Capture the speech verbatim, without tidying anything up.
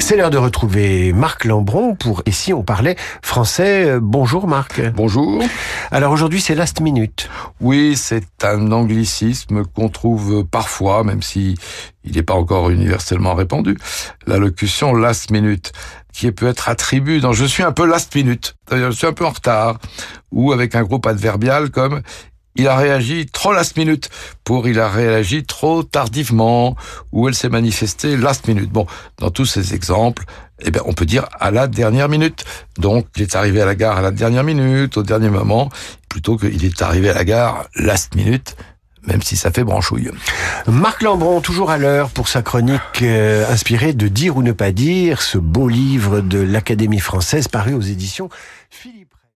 C'est l'heure de retrouver Marc Lambron pour Et si on parlait français. Bonjour Marc. Bonjour. Alors aujourd'hui c'est last minute. Oui, c'est un anglicisme qu'on trouve parfois, même si il n'est pas encore universellement répandu. La locution last minute, qui peut être attribuée dans « je suis un peu last minute », c'est-à-dire je suis un peu en retard, ou avec un groupe adverbial comme « il a réagi trop last minute » pour « il a réagi trop tardivement » ou « elle s'est manifestée last minute ». Bon, dans tous ces exemples, eh bien, on peut dire « à la dernière minute ». Donc, il est arrivé à la gare à la dernière minute, au dernier moment, plutôt qu'il est arrivé à la gare last minute, même si ça fait branchouille. Marc Lambron, toujours à l'heure pour sa chronique euh, inspirée de Dire ou ne pas dire, ce beau livre de l'Académie française paru aux éditions